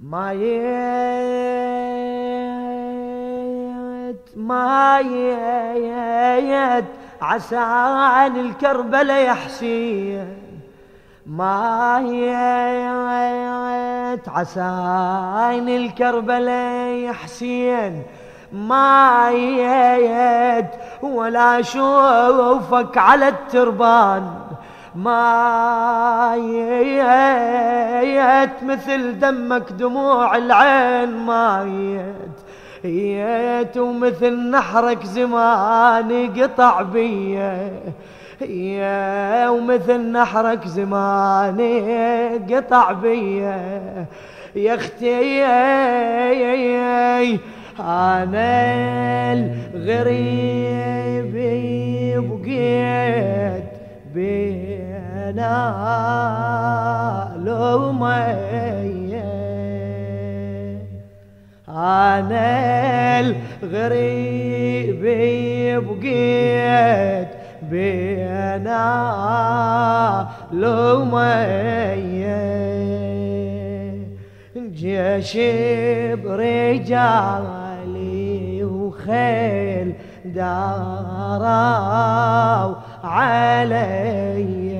مايت عسان الكربلة يا حسين، مايت عسان الكربلة يا حسين، مايت ولا اشوفك على التربان، مايت مثل دمك دموع العين، مايت ومثل نحرك زمان قطع بيه، ومثل نحرك زمان قطع بيه يا اختي. انا الغريب بقيت بينا لومية، انا الغريب بقيت بينا لومية، جيش برجالي وخيل داروا علي،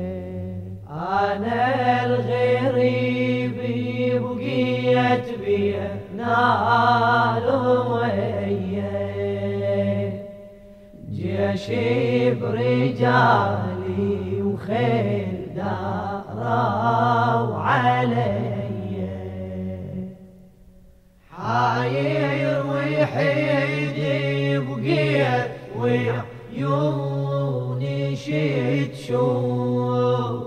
انا الغريب بقيت بينا لومية، جيش برجالي وخيل داروا علي، حاير وحيدي بقيت وعيوني شيت شوف،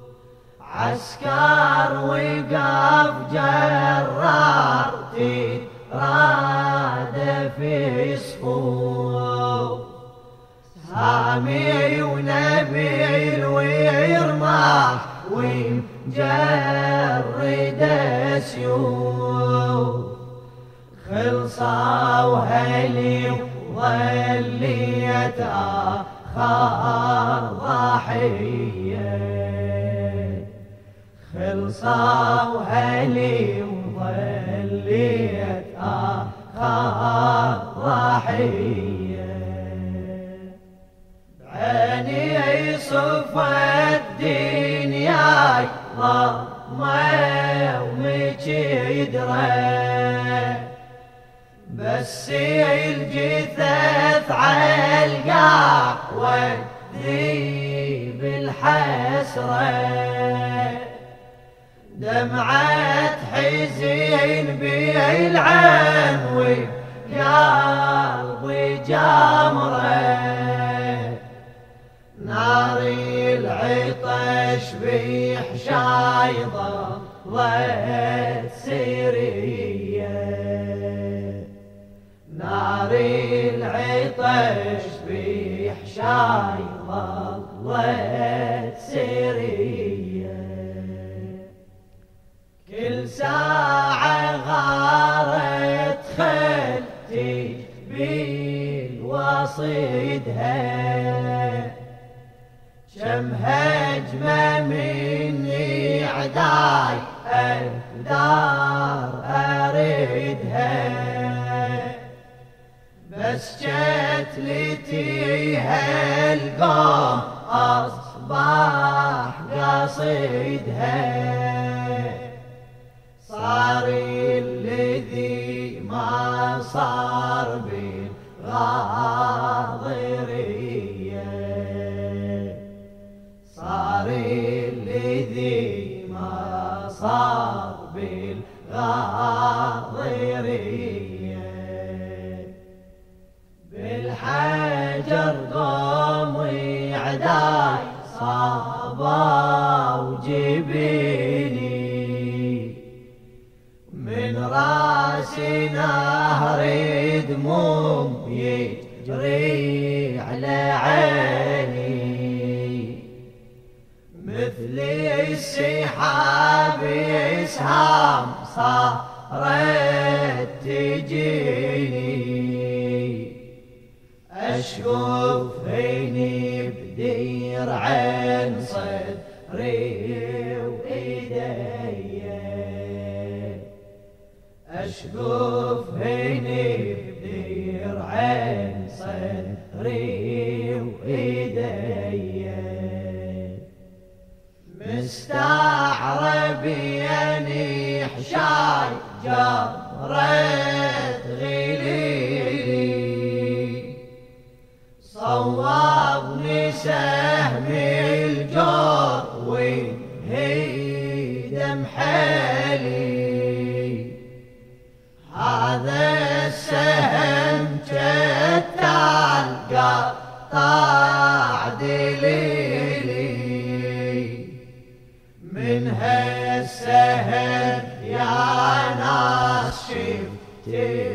عسكر وقف جرار تراد في صفوف، سامي ونبيل ويرماح ومجرد سيوف، خلصوا هلي وظليت آخر ضحية، خلصوا هلي وظليت آخر ضحية، بعيني صفت دنياي ضمة ومجدرة، بس الجثث عالقاع وذيب الحسرة، دمعة حزين بالعين وقلبي جمرة، نار العطش بحشاي ظلت سرية، نار العطش بحشاي ظلت سرية، كل ساعة غارت خلتي بالوصيدها، كم هجمة مني عداي أقدر أريدها، بس جتلتيها القوم أصبح قصيدها، صار الذي ما صار بالغاضرية، صار الذي ما صار بالغاضرية، بالحجر قومي عداي صابا وجبيني، من راسي نهر دموم يجري على عيني، مثل السحاب اسهام صارت تجيني، أشوف عيني بدير عين صدري وإيدي، مشقوف هيني بدير عين صدري وإيدي، مستعرب يعني حشاي جرت غليلي، صوبني سهم الجور وهيدم حالي، هذا السهم جتال قطع دليلي، من هالسهم يا ناس شفت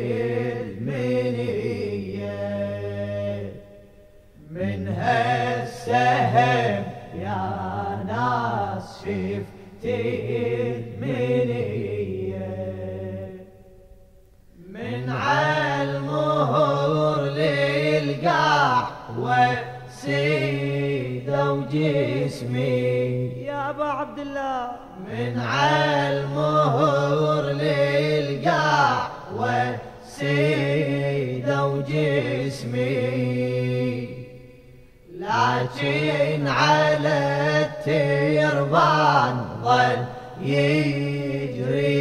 المنية، من هالسهم يا ناس شفت المنية، من عالمهور للقاع وسيدة وجسمي يا ابا عبد الله، من عالمهور للقاع وسيدة وجسمي، لكن على التربان ظل يجري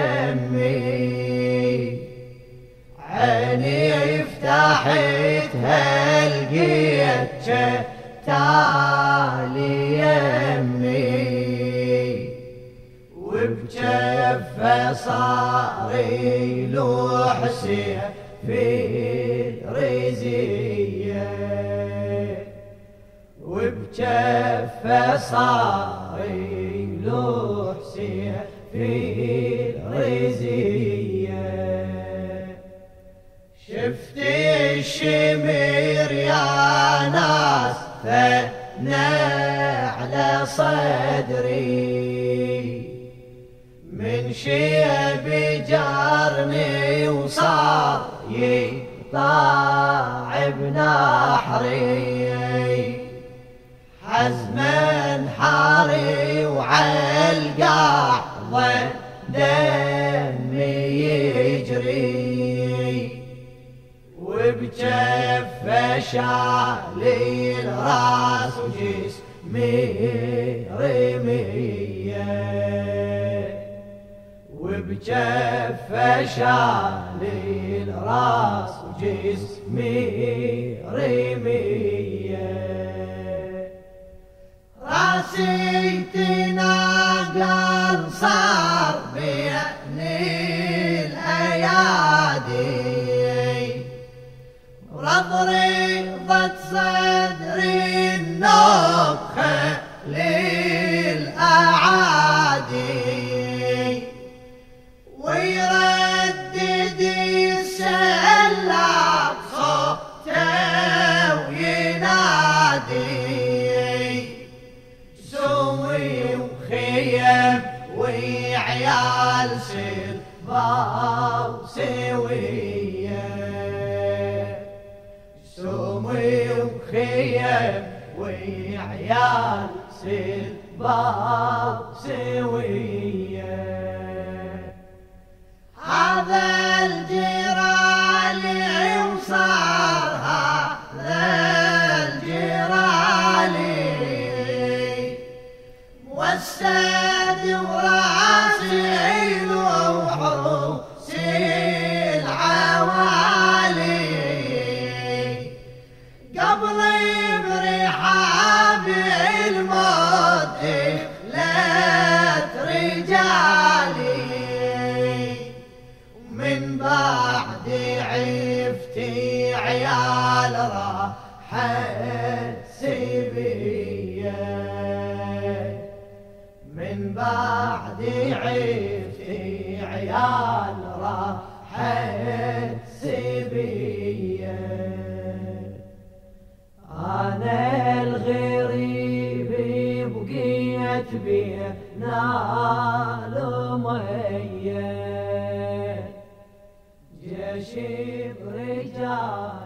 دمي، عيني فتحتها لقيت تالي يمي، وبجفه صار يلوح سيف في الرزية، وبجفه صار يلوح سيف في الرزية، شفت الشمير يا ناس ثنى على صدري، من شيب جارني وصار يطاع بنحري، حزما حاري وعالقاع ظل دمي يجري، وبجفه شالي الراس وجسمي رمية، وبجفه شالي الراس وجسمي رمية، راسي تناقل صار بين الايادي، رضرضت صدري النبخة للأعادي، ويردد السلاب صوته وينادي، سوي وخيم وعيال سلبا وسوية، سومي وخيم وعيال سلبا وسوية، هذا الجرالي وصار هذا الجرالي، والسد وراسي وحروس العوالي، قبل برحاب الموت دخلت رجالي، من بعد عفتي عيال راحت سبيه، من بعد عفتي عيال راحت سبيه، أنا الغريب بقيت بينا الأمية، جيش برجال